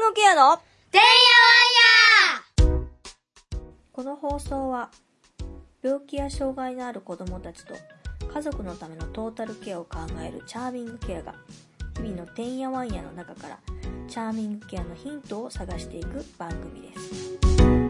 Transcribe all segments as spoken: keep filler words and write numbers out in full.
グケアのてんやわんや。 この放送は病気や障害のある子どもたちと家族のためのトータルケアを考えるチャーミングケアが日々のてんやわんやの中からチャーミングケアのヒントを探していく番組です。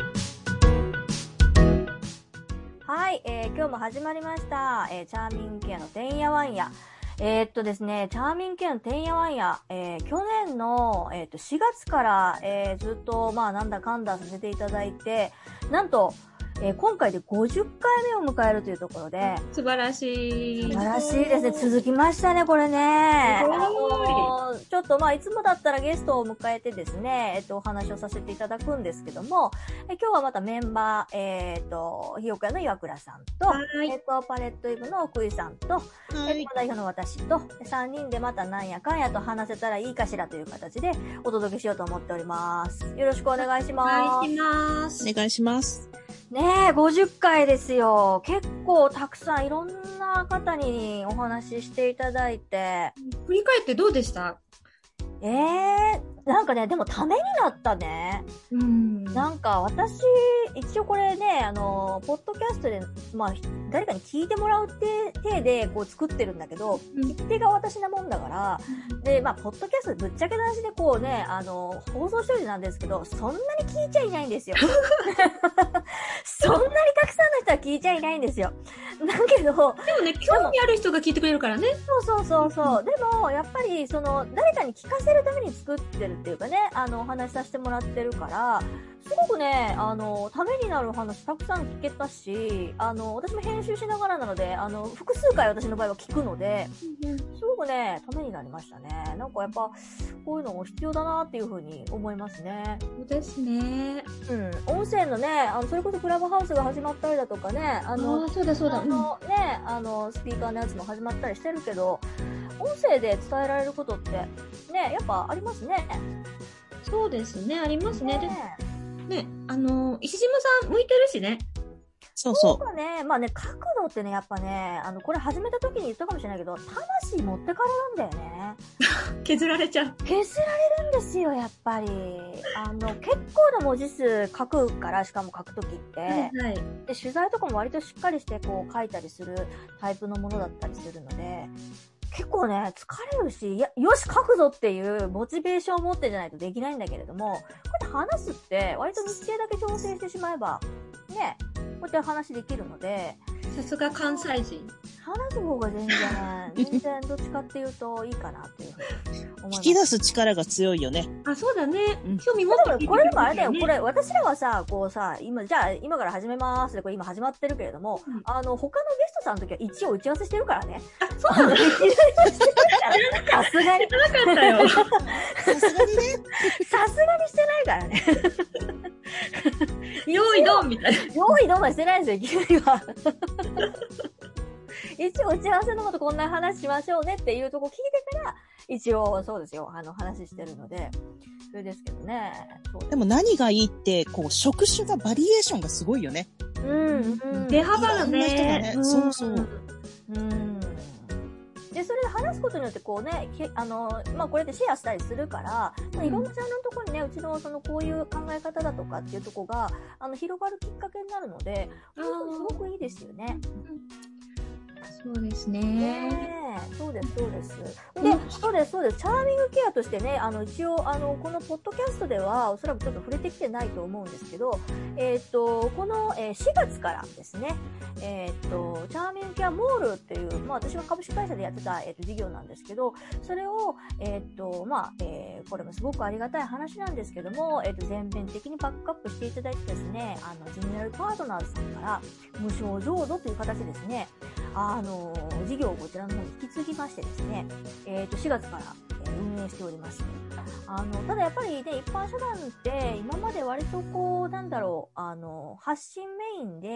はい、えー、今日も始まりました、えー、チャーミングケアのてんやわんや。えー、っとですね、チャーミングケアのてんやわんや、えー、去年の、えー、っとしがつから、えー、ずっとまあなんだかんださせていただいて、なんと、えー、今回でごじゅっかいめを迎えるというところで、 素晴らしい。 素晴らしいですね。続きましたね、これね。あのー、ちょっとまあ、いつもだったらゲストを迎えてですね、えっと、お話をさせていただくんですけども、え今日はまたメンバー、えー、っと、ひよこ屋の岩倉さんと、えっと、パレットイブの奥井さんと、えっと、代表の私と、さんにんでまたなんやかんやと話せたらいいかしらという形でお届けしようと思っております。よろしくお願いします。 お願いします。 お願いします。 ねえ、ごじゅっかいですよ。結構たくさんいろんな方にお話ししていただいて。 振り返ってどうでした？ ええー、なんかね、でもためになったね。 うん。 なんか私、一応これね、あの、ポッドキャストで、まあ、誰かに聞いてもらうって体でこう作ってるんだけど、聞き手が私なもんだから、で、まあ、ポッドキャストでぶっちゃけなしでこうね、あの、放送してるなんですけど、そんなに聞いちゃいないんですよ。そんなにたくさんの人は聞いちゃいないんですよ。だけど、でもね、興味ある人が聞いてくれるからね。 そうそうそうそう。でも、やっぱり、その、誰かに聞かせるために作ってるっていうかね、あの、お話しさせてもらってるから、すごくね、あの、ためになる話たくさん聞けたし、あの、私も編集しながらなので、あの、複数回私の場合は聞くので、すごくね、ためになりましたね。なんかやっぱ、こういうのも必要だなっていうふうに思いますね。 そうですね。 うん。音声のね、あの、それこそクラブハウスが始まったりだとかね、あの、 あ、そうだそうだ。 あの、うん、ね、あの、スピーカーのやつも始まったりしてるけど、音声で伝えられることって、ね、やっぱありますね。 そうですね、ありますね。 ねで、ね、あの、石島さん向いてるしね。 そうそう。 そうかね、まあね、角度ってね、やっぱね、あの、これ始めた時に言ったかもしれないけど、魂持ってかれるんだよね。 削られちゃう。 削られるんですよ、やっぱり。あの、結構な文字数書くから、しかも書くときって、はいはい。で、取材とかも割としっかりしてこう書いたりするタイプのものだったりするので、結構ね、疲れるし、や、よし、書くぞっていうモチベーションを持ってじゃないとできないんだけれども、こうやって話すって、割と日程だけ調整してしまえば、ね、こうやって話できるので、 さすが関西人。 話す方が全然、全然どっちかっていうといいかなっていうふうに思います。 引き出す力が強いよね。 あ、そうだね。 うん、 興味持って聞いてくれる、ね。 これでもあれだよ、これ、私らはさ、こうさ、今、じゃあ、今から始めますで、これ今始まってるけれども、うん、あの、他のゲストさんの時は一応打ち合わせしてるからね。 あ、そうなの？ さすがに。 なかったよ。 さすがにね。 さすがにしてないからね。 用意ドンみたいな。 用意ドンはしてないですよ、いきなりは。一応打ち合わせのことこんな話しましょうねっていうとこ聞いてから、一応そうですよ、あの話してるので、それですけどね。 でも何がいいって、こう、職種がバリエーションがすごいよね。 うん、うん。 出幅がね。 ねうん、そうそう。 うん。で、それで話すことによってこうね、あの、まあ、これでシェアしたりするから、うん、いろんなジャンルのところにね、うちのそのこういう考え方だとかっていうところが、あの、広がるきっかけになるので、すごくいいですよね。 そうですね。 ねえ、そうです、そうです。で、うん、そうです、そうです。チャーミングケアとしてね、あの、一応、あの、このポッドキャストでは、おそらくちょっと触れてきてないと思うんですけど、えっと、この、えー、しがつからですね、えっと、チャーミングケアモールっていう、まあ、私が株式会社でやってた、えっと、事業なんですけど、それを、えっと、まあ、えー、これもすごくありがたい話なんですけども、えっと、全面的にバックアップしていただいてですね、あの、ジェネラルパートナーズさんから無償浄土という形でですね、あの、事業をこちらの方に引き継ぎましてですね、えっと、しがつから、えー、運営しております。あの、ただやっぱりね、一般社団って今まで割とこう、なんだろう、あの、発信メインで、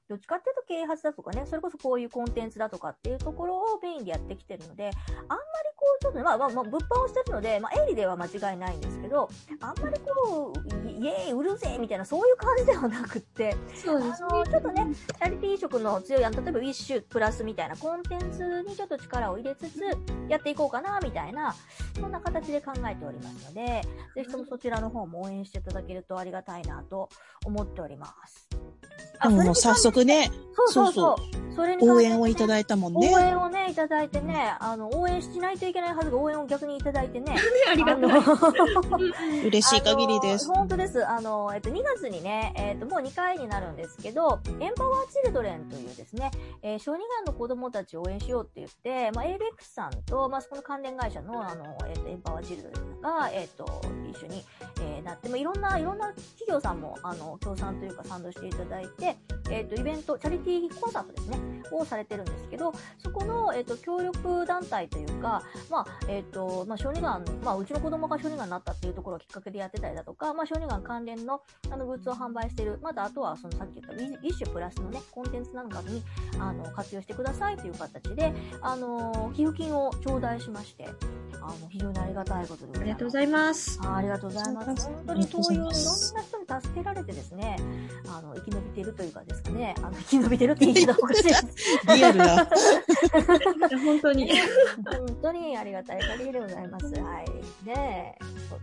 どっちかっていうと啓発だとかね、それこそこういうコンテンツだとかっていうところをメインでやってきてるので、あんまりこうちょっとね、まあまあ、まあ、物販をしてるので、まあ営利では間違いないんですけど、あんまりこう、イエーイ売るぜみたいなそういう感じではなくって、 そうですね。 あのちょっとね、チャリティー色の強い、あの例えばウィッシュプラスみたいなコンテンツにちょっと力を入れつつやっていこうかなみたいな、そんな形で考えておりますので、ぜひともそちらの方も応援していただけるとありがたいなと思っております。 でももう早速ね、 そうそうそう。それに、 ね、応援をいただいたもんね。 応援をね、いただいてね、あの、応援しないといけないはずが応援を逆にいただいてね。 ありがたい。 嬉しい限りです。 本当です。あの、えっと、にがつにね、えっと、もうにかいになるんですけど、エンパワーチルドレンというですね、えー、小児がんの子供たちを応援しようって言って、まあ、エーベックス さんと、まあ、そこの関連会社の、あの、えっと、エンパワーチルドレンが、えっと、一緒に、えー、なって、まあ、いろんな、いろんな企業さんも、あの、協賛というか賛同していただいて、えっと、イベント、チャリティーコンサートですね、をされてるんですけど、そこの、えっと、協力団体というか、まあ、えっと、まあ、小児がん、まあ、うちの子供が小児がんになったっていうところをきっかけでやってたりだとか、まあ、小児がん関連の、あの、グッズを販売している、また、あとは、その、さっき言った、ウィッシュプラスのね、コンテンツなんかに、あの、活用してくださいという形で、あの、寄付金を頂戴しまして、あの、非常にありがたいことでございます。 ありがとうございます。 あ, ありがとうございます。本当にそういういろんな人に助けられてですね、あの、生き延びているというかですかね、あの、生き延びてるって言い方おかしいです。 リアルだ。 本当に。 本当にありがたい限りでございます。はい。ねえ、そうです。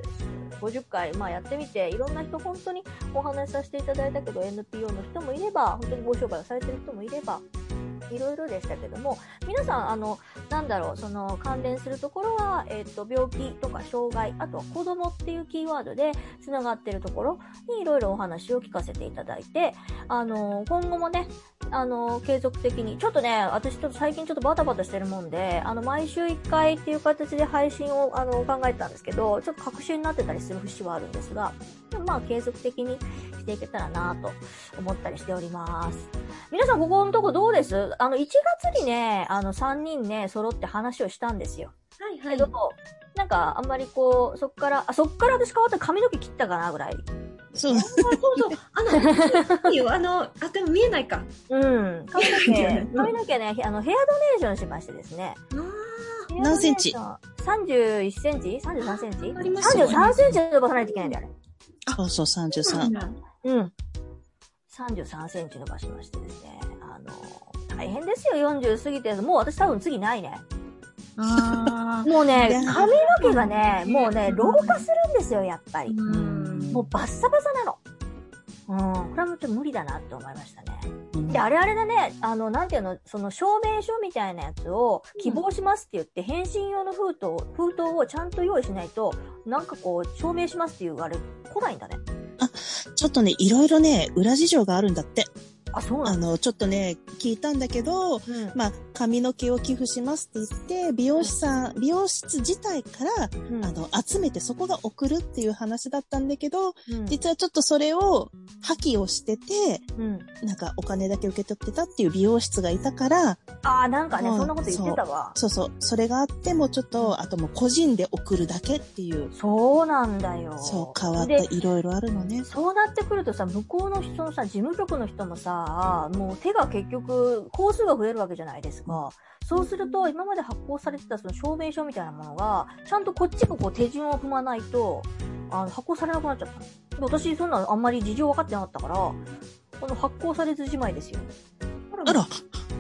ごじゅっかい、まあやってみて、いろんな人本当にお話しさせていただいたけど、エヌピーオー の人もいれば、本当にご商売をされてる人もいれば、いろいろでしたけども、皆さん、あの、なんだろう、その関連するところは、えっと、病気とか障害、あとは子供っていうキーワードで繋がってるところにいろいろお話を聞かせていただいて、あの、今後もね、あの、継続的に、ちょっとね、私ちょっと最近ちょっとバタバタしてるもんで、あの、毎週いっかいっていう形で配信を、あの、考えてたんですけど、ちょっと隔週になってたりする節はあるんですが、まあ、継続的にしていけたらなと思ったりしております。皆さん、ここのとこどうです？あの、いちがつにね、あの、さんにんね、揃って話をしたんですよ。 はいはい。 けど、なんか、あんまりこう、そっから、あ、そっから私変わって髪の毛切ったかな、ぐらい。 そう。 そうそう。あの、いいよ。あの、あ、でも見えないか。 うん。髪の毛、髪の毛ね、あの、ヘアドネーションしましてですね。 何センチ？ さんじゅういっセンチ ?さんじゅうさんセンチ ?さんじゅうさんセンチ伸ばさないといけないんだよ、あれ。 そうそう、さんじゅうさん。 うん。さんじゅうさんセンチ伸ばしましてですね。あの、大変ですよ、よんじゅう過ぎて。もう私多分次ないね。 あもうね、髪の毛がね、もうね、老化するんですよ、やっぱり。もうバッサバサなの。うん。これはもうちょっと無理だなって思いましたね。で、あれあれだね、あの、なんていうの、その証明書みたいなやつを希望しますって言って、返信用の封筒、封筒をちゃんと用意しないと、なんかこう、証明しますっていうあれ、来ないんだね。 あ、ちょっとね、いろいろね、裏事情があるんだって。 あ、そうなんだ。 あの、ちょっとね、聞いたんだけど、うん、まあ、髪の毛を寄付しますって言って、美容師さん、うん、美容室自体から、うん、あの、集めてそこが送るっていう話だったんだけど、うん、実はちょっとそれを破棄をしてて、うん、なんかお金だけ受け取ってたっていう美容室がいたから、 ああ、なんかね、そんなこと言ってたわ。 そうそう、それがあってもちょっと、あともう個人で送るだけっていう。 そうなんだよ。 そう、変わった、いろいろあるのね。 そうなってくるとさ、向こうの人のさ、事務局の人もさ、もう手が結局、工数が増えるわけじゃないですか。そうすると、今まで発行されてたその証明書みたいなものが、ちゃんとこっちがこう手順を踏まないと、あの、発行されなくなっちゃった。私、そんなあんまり事情分かってなかったから、この発行されずじまいですよ。 あら。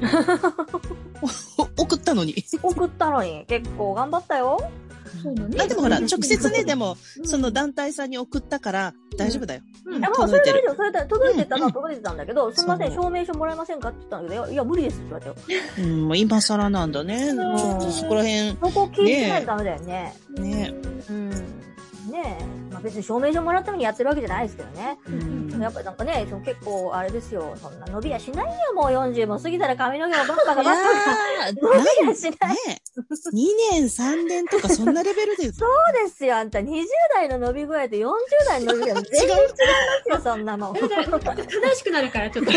送ったのに。 送ったのに。結構頑張ったよ。 そうだね。 あ、でもほら、直接ね、でも、その団体さんに送ったから、大丈夫だよ。 うん。あ、もうそれ大丈夫。それ届いてたのは届いてたんだけど、すみません、証明書もらえませんかって言ったんだけど、いや、無理ですって言われたよ。 うん、もう今更なんだね。ちょっとそこら辺。 そこ聞いてないとダメだよね。 ねうん。ねえ。まあ別に証明書もらうためにやってるわけじゃないですけどね。うん。やっぱりなんかね、その結構あれですよ。そんな伸びやしないよ、もうよんじゅうも過ぎたら髪の毛もバッカがバッカが。伸びやしない。 ねにねん、さんねんとかそんなレベルで。 そうですよ。あんたにじゅう代の伸び具合とよんじゅう代の伸び具合全然違いますよ、そんなもん。 正しくなるから、ちょっと。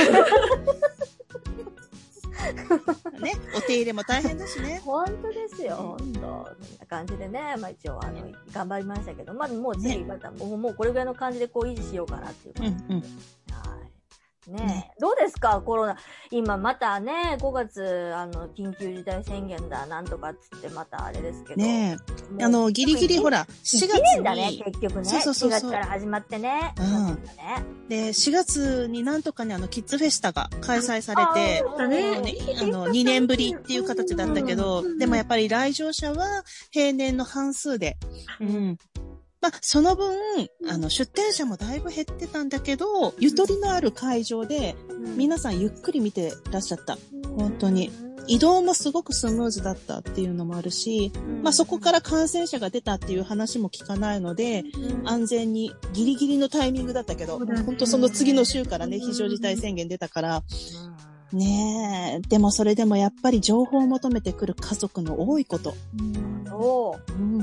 ね、お手入れも大変だしね。 本当ですよ、本当。そんな感じでね、まあ一応、あの、頑張りましたけど、まあもう次、また、ね、もう、もうこれぐらいの感じでこう維持しようかなっていう感じ。うんうん、はい。 ねえ、ね、どうですかコロナ。今またね、ごがつ、あの、緊急事態宣言だ、なんとかっつってまたあれですけど。 ねえ。あの、ギリギリほら、しがつに。いちねんだね、結局ね。そうそうそうそう。しがつから始まってね。 うん。で、しがつになんとかね、あの、キッズフェスタが開催されて、あ, ね、あの、にねんぶりっていう形だったけど、でもやっぱり来場者は平年の半数で、うん。まあ、その分、あの、出店者もだいぶ減ってたんだけど、ゆとりのある会場で、皆さんゆっくり見てらっしゃった。本当に。移動もすごくスムーズだったっていうのもあるし、まあ、そこから感染者が出たっていう話も聞かないので、安全にギリギリのタイミングだったけど、本当その次の週からね、非常事態宣言出たから、ねえ、でもそれでもやっぱり情報を求めてくる家族の多いこと。 おー。うん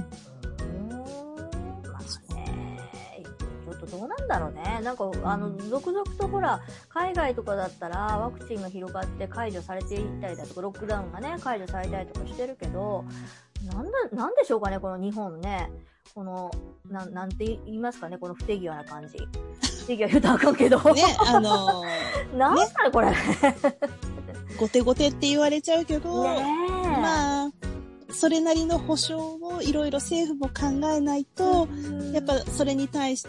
どうなんだろうね。なんか、あの、続々とほら、海外とかだったらワクチンが広がって解除されていったりだとか、ロックダウンがね、解除されたりとかしてるけど、なんだ、なんでしょうかね、この日本ね。この、なん、なんて言いますかね、この不手際な感じ。不手際言うとあかんけど。 ね、あのー、なんすかね、これ。 ごてごてって言われちゃうけど、ねまあ、それなりの保証をいろいろ政府も考えないと、やっぱそれに対して、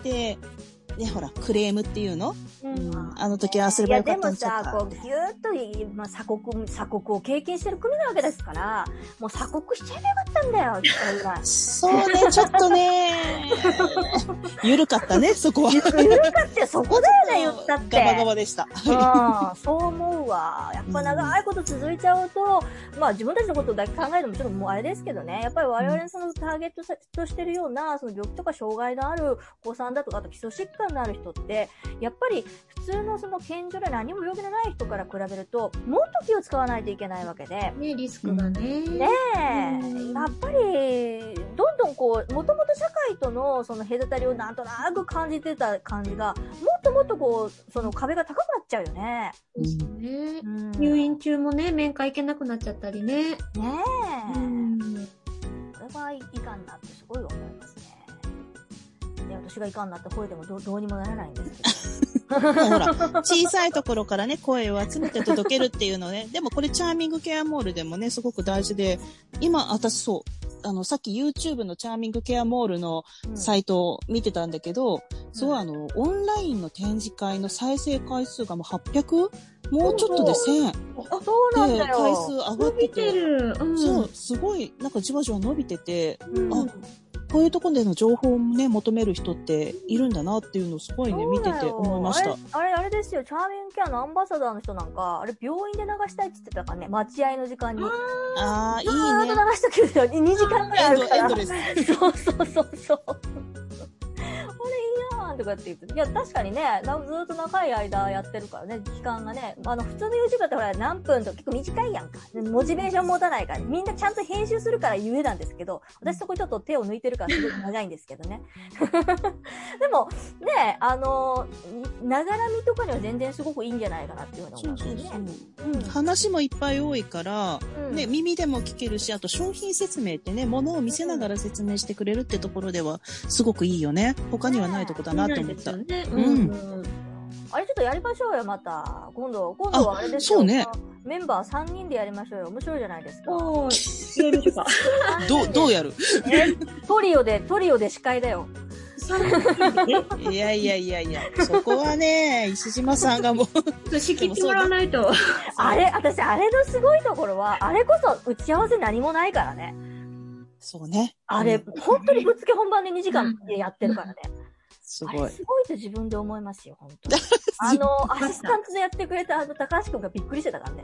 ね、ほら、クレームっていうの、うんうん、あの時はすればよかったんちゃうか。 いや、でもさ、こう、ぎゅーっと、まあ、鎖国、鎖国を経験してる国なわけですから、もう鎖国しちゃえばよかったんだよ、 そうね、ちょっとね、ゆるかったね、そこは。 ゆるかってそこだよね、言ったって。 ガバガバでした。 うん、そう思うわ。やっぱ長いこと続いちゃうと、うん、まあ自分たちのことだけ考えるのもちょっともうあれですけどね、やっぱり我々そのターゲットとしてるような、その病気とか障害のあるお子さんだとか、あと基礎疾患のある人って、やっぱり普通のその健常で何も病気のない人から比べると、もっと気を使わないといけないわけで。 ね、リスクがね。 ねえ、やっぱり、どんどんこう、もともと社会とのその隔たりをなんとなく感じてた感じが、もっともっとこう、その壁が高くなっちゃうよね。 うんねうん、入院中もね、面会行けなくなっちゃったりね。 ねえ。うん、これはいかんなってすごい思いますね。で私がいかんなって吠えても ど, どうにもならないんですけど。 ほら、小さいところからね、声を集めて届けるっていうのね。でもこれチャーミングケアモールでもね、すごく大事で、今、私そう、あの、さっき YouTube のチャーミングケアモールのサイトを見てたんだけど、うん、すごいあの、オンラインの展示会の再生回数がもうはっぴゃく？もうちょっとでせん。あ、 そうなんだよ。 回数上がってて。 伸びてる。うん、 そう、すごい、なんかじわじわ伸びてて、 うん、 あ、こういうところでの情報をね、求める人っているんだなっていうのをすごいね、見てて思いました。 あれ、あれ、あれですよ、チャーミングケアのアンバサダーの人なんか、あれ病院で流したいって言ってたからね、待合の時間に。 ああ、いいね。 ずっと流しとけるよ、にじかんくらいあるから。そうそうそうそう。これいいなーとかって言って。いや、確かにね、ずっと長い間やってるからね、期間がね、あの、普通の YouTuber ってほら、何分と結構短いやんか。モチベーション持たないから、みんなちゃんと編集するからゆえなんですけど、私そこちょっと手を抜いてるからすごく長いんですけどね。でも、ね、あの、ながらみとかには全然すごくいいんじゃないかなっていうふうに思いますね。そうそうそう。うん、 話もいっぱい多いから、うん、ね、耳でも聞けるし、あと商品説明ってね、物を見せながら説明してくれるってところでは、すごくいいよね。他にはないとこだなと思った。 ね、 うん。うん、 あれちょっとやりましょうよ、また。今度、今度はあれですよ。 そうね。 メンバーさんにんでやりましょうよ。面白いじゃないですか。 おー、やりましょうか。 どう、どうやるえ、トリオで、トリオで司会だよ。 いやいやいやいや、そこはね、石島さんがもう。 仕切ってもらわないと。 あれ、私、あれのすごいところは、あれこそ打ち合わせ何もないからね。 そうね。 あれ、うん、本当にぶっつけ本番でにじかんでやってるからね。 すごい。 あれすごいと自分で思いますよ、本当に。あの、アシスタントでやってくれたあの、高橋くんがびっくりしてたからね。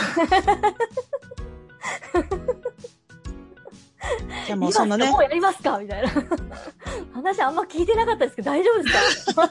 でもそのね。 もうやりますかみたいな。話あんま聞いてなかったですけど大丈夫ですか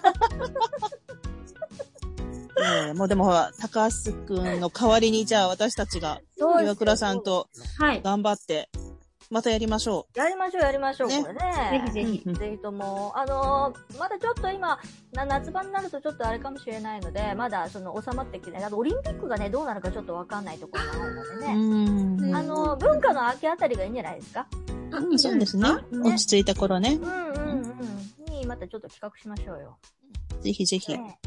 ねえ、もうでもほら、高橋くんの代わりにじゃあ私たちが、岩倉さんと頑張って、またやりましょう。やりましょう、やりましょう、ね、これね。 ぜひぜひ。 うん、ぜひとも、あのー、まだちょっと今、夏場になるとちょっとあれかもしれないので、まだその収まってきてない。あとオリンピックがね、どうなるかちょっとわかんないところがあるのでね。 うんあのー、文化の秋あたりがいいんじゃないですか？ うん、そうですね。ね、落ち着いた頃ね。 うんうんうん。に、またちょっと企画しましょうよ。 ぜひぜひ。 ね、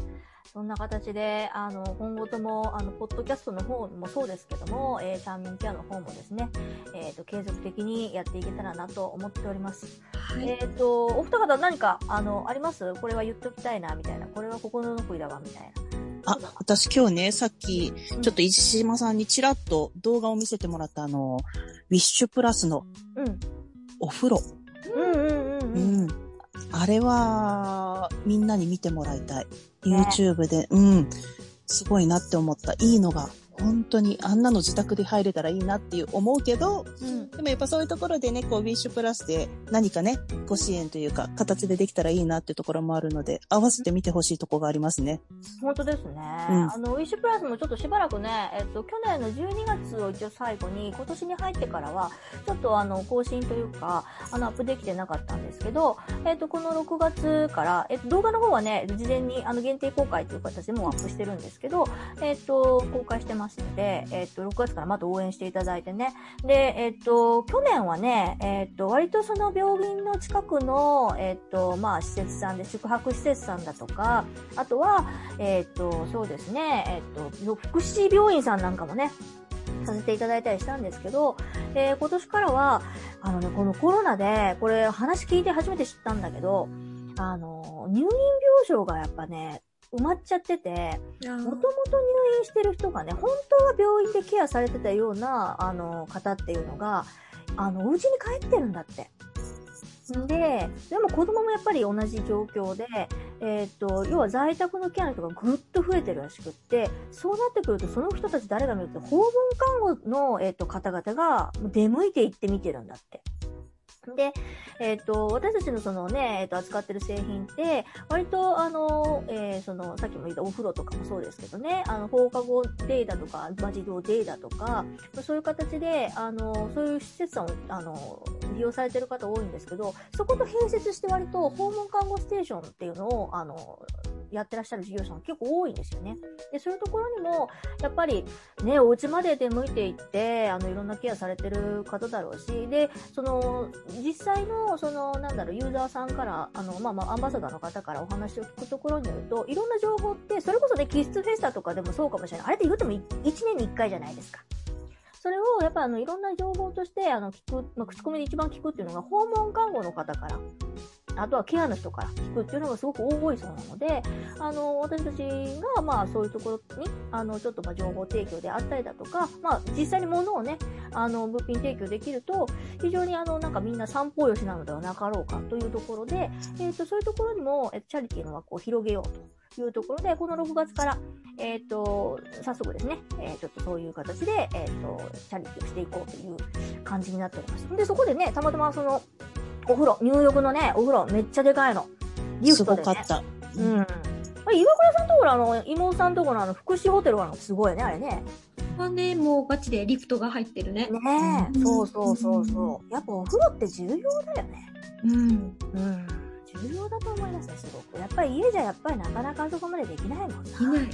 そんな形で、あの、今後とも、あの、ポッドキャストの方もそうですけども、えー、チャーミングケアの方もですね、えっと、継続的にやっていけたらなと思っております。はい、えっと、お二方何か、あの、あります？これは言っときたいな、みたいな。これは心残りだわ、みたいな。 あ、私今日ね、さっき、ちょっと石島さんにちらっと動画を見せてもらったあの、ウィッシュプラスの、お風呂。 うんうんうんうん。うん。 あれは、みんなに見てもらいたい。YouTube で、ね、うん。すごいなって思った。いいのが。本当にあんなの自宅で入れたらいいなっていう思うけど、うん、でもやっぱそういうところでね、こうウィッシュプラスで何かね、ご支援というか形でできたらいいなっていうところもあるので、合わせて見てほしいところがありますね。 本当ですね。うん、あのウィッシュプラスもちょっとしばらくね、えっと去年のじゅうにがつを一応最後に、今年に入ってからはちょっとあの更新というかあのアップできてなかったんですけど、えっとこのろくがつからえっと動画の方はね、事前にあの限定公開という形でもアップしてるんですけど、えっと公開してますので。えっと、ろくがつからまた応援していただいてね。で、えっと、去年はね、えっと、割とその病院の近くの、えっと、まあ、施設さんで、宿泊施設さんだとか、あとは、えっと、そうですね、えっと、福祉病院さんなんかもね、させていただいたりしたんですけど、えー、今年からは、あのね、このコロナで、これ話聞いて初めて知ったんだけど、あの、入院病床がやっぱね、埋まっちゃってて、もともと入院してる人がね、本当は病院でケアされてたような、あの、方っていうのが、あの、お家に帰ってるんだって。で、でも子供もやっぱり同じ状況で、えっと、要は在宅のケアの人がぐっと増えてるらしくって、そうなってくるとその人たち誰が見ると、訪問看護の、えっと、方々が出向いていって見てるんだって。で、えっと、私たちのそのね、えっと、扱ってる製品って、割と、あの、えー、その、さっきも言ったお風呂とかもそうですけどね、あの、放課後データとか、まあ、児童データとか、そういう形で、あの、そういう施設さんを、あの、利用されてる方多いんですけど、そこと併設して割と訪問看護ステーションっていうのを、あの、やってらっしゃる事業者も結構多いんですよね。で、そういうところにも、やっぱりね、お家まで出向いていって、あの、いろんなケアされてる方だろうし、で、その、実際の、その、なんだろう、ユーザーさんから、あの、まあ、まあ、アンバサダーの方からお話を聞くところによると、いろんな情報って、それこそね、キッズフェスタとかでもそうかもしれない。あれって言ってもいちねんにいっかいじゃないですか。それを、やっぱあの、いろんな情報として、あの、聞く、まあ、口コミで一番聞くっていうのが、訪問看護の方から、あとはケアの人から聞くっていうのがすごく多いそうなので、あの、私たちが、まあ、そういうところに、あの、ちょっと、まあ、情報提供であったりだとか、まあ、実際に物をね、あの、物品提供できると、非常にあの、なんかみんな散歩よしなのではなかろうかというところで、えっと、そういうところにも、えっと、チャリティーの枠を広げようというところで、このろくがつから、えっと、早速ですね、えー、ちょっとそういう形で、えっと、チャリティーをしていこうという感じになっております。で、そこでね、たまたまその、お風呂、入浴のね、お風呂めっちゃでかいの。リフトでね。 すごかった。 うん。あれ、岩倉さんところあの、妹さんところあの、福祉ホテルがあるのすごいね、あれね。 まあね、もうガチでリフトが入ってるね。 ねえ、うん、そうそうそうそう。やっぱお風呂って重要だよね。 うん。うん。 重要だと思いますね、すごく。やっぱり家じゃやっぱりなかなかあそこまでできないもんな。 できない。うん。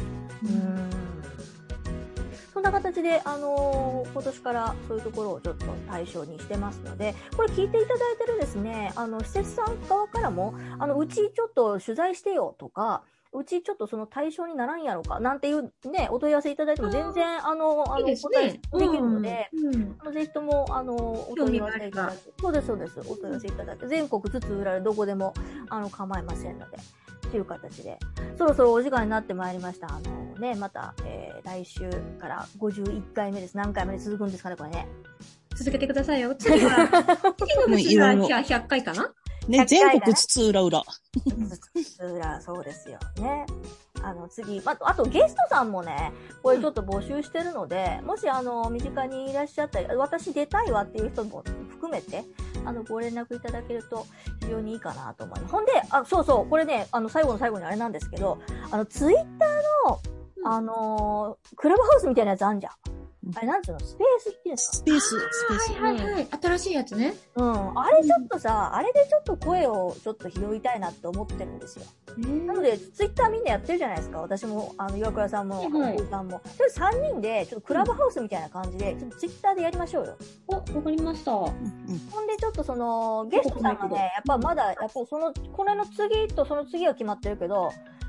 そんな形で、あのー、今年からそういうところをちょっと対象にしてますので、これ聞いていただいてるですね、あの、施設さん側からも、あの、うちちょっと取材してよとか、うちちょっとその対象にならんやろか、なんていうね、お問い合わせいただいても全然、あの、あの、お答えできるので、うん、ぜひとも、あの、お問い合わせいただいて、そうです、そうです、お問い合わせいただいて、全国津々浦々どこでも、あの、構いませんので、という形で、そろそろお時間になってまいりました。あのね、また、えー、来週からごじゅういっかいめです。何回まで続くんですかね、これね。 続けてくださいよ。次は、次の次はひゃっかいかなね、全国津々浦々。 津々浦々、そうですよね。あの、次、あと、あとゲストさんもね、これちょっと募集してるので、うん、もしあの、身近にいらっしゃったり、私出たいわっていう人も含めて、あの、ご連絡いただけると非常にいいかなと思います。ほんで、あ、そうそう、これね、あの、最後の最後にあれなんですけど、あの、ツイッターの、あのー、クラブハウスみたいなやつあんじゃん。あれなんつうのスペースっていうんですか？ スペース、スペース。 はいはいはい。新しいやつね。 うん。あれちょっとさ、うん、あれでちょっと声をちょっと拾いたいなって思ってるんですよ。なので、ツイッターみんなやってるじゃないですか。私も、あの、岩倉さんも、はい、さんも。それさんにんで、ちょっとクラブハウスみたいな感じで、ちょっとツイッターでやりましょうよ。 お、わかりました。ほんで、ちょっとその、ゲストさんがね、やっぱまだ、やっぱその、これの次とその次は決まってるけど、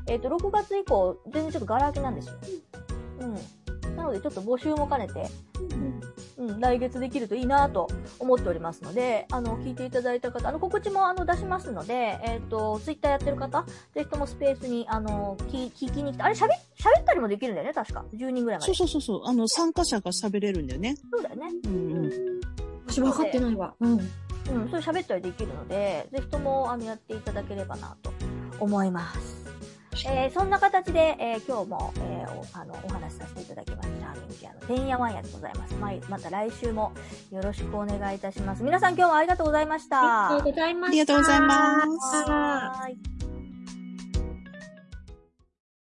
えっと、ろくがつ以降、全然ちょっとガラ空きなんですよ。うん。なので、ちょっと募集も兼ねて、うん、来月できるといいなと思っておりますので、あの、聞いていただいた方、あの、告知もあの、出しますので、えっと、ツイッターやってる方、ぜひともスペースに、あの、聞、聞きに来て、あれ喋、喋ったりもできるんだよね、確か。じゅうにんぐらいまで。 そうそうそうそう。あの、参加者が喋れるんだよね。 そうだよね。 うんうん。 私分かってないわ。うん。 うん、それ喋ったりできるので、ぜひとも、あの、やっていただければなと思います。えー、そんな形で、えー、今日も、えー、お、あの、お話しさせていただきました。チャーミングケアのてんやわんやでございます。ま、また来週もよろしくお願いいたします。皆さん今日もありがとうございました。 ありがとうございました。 ありがとうございます。 はい。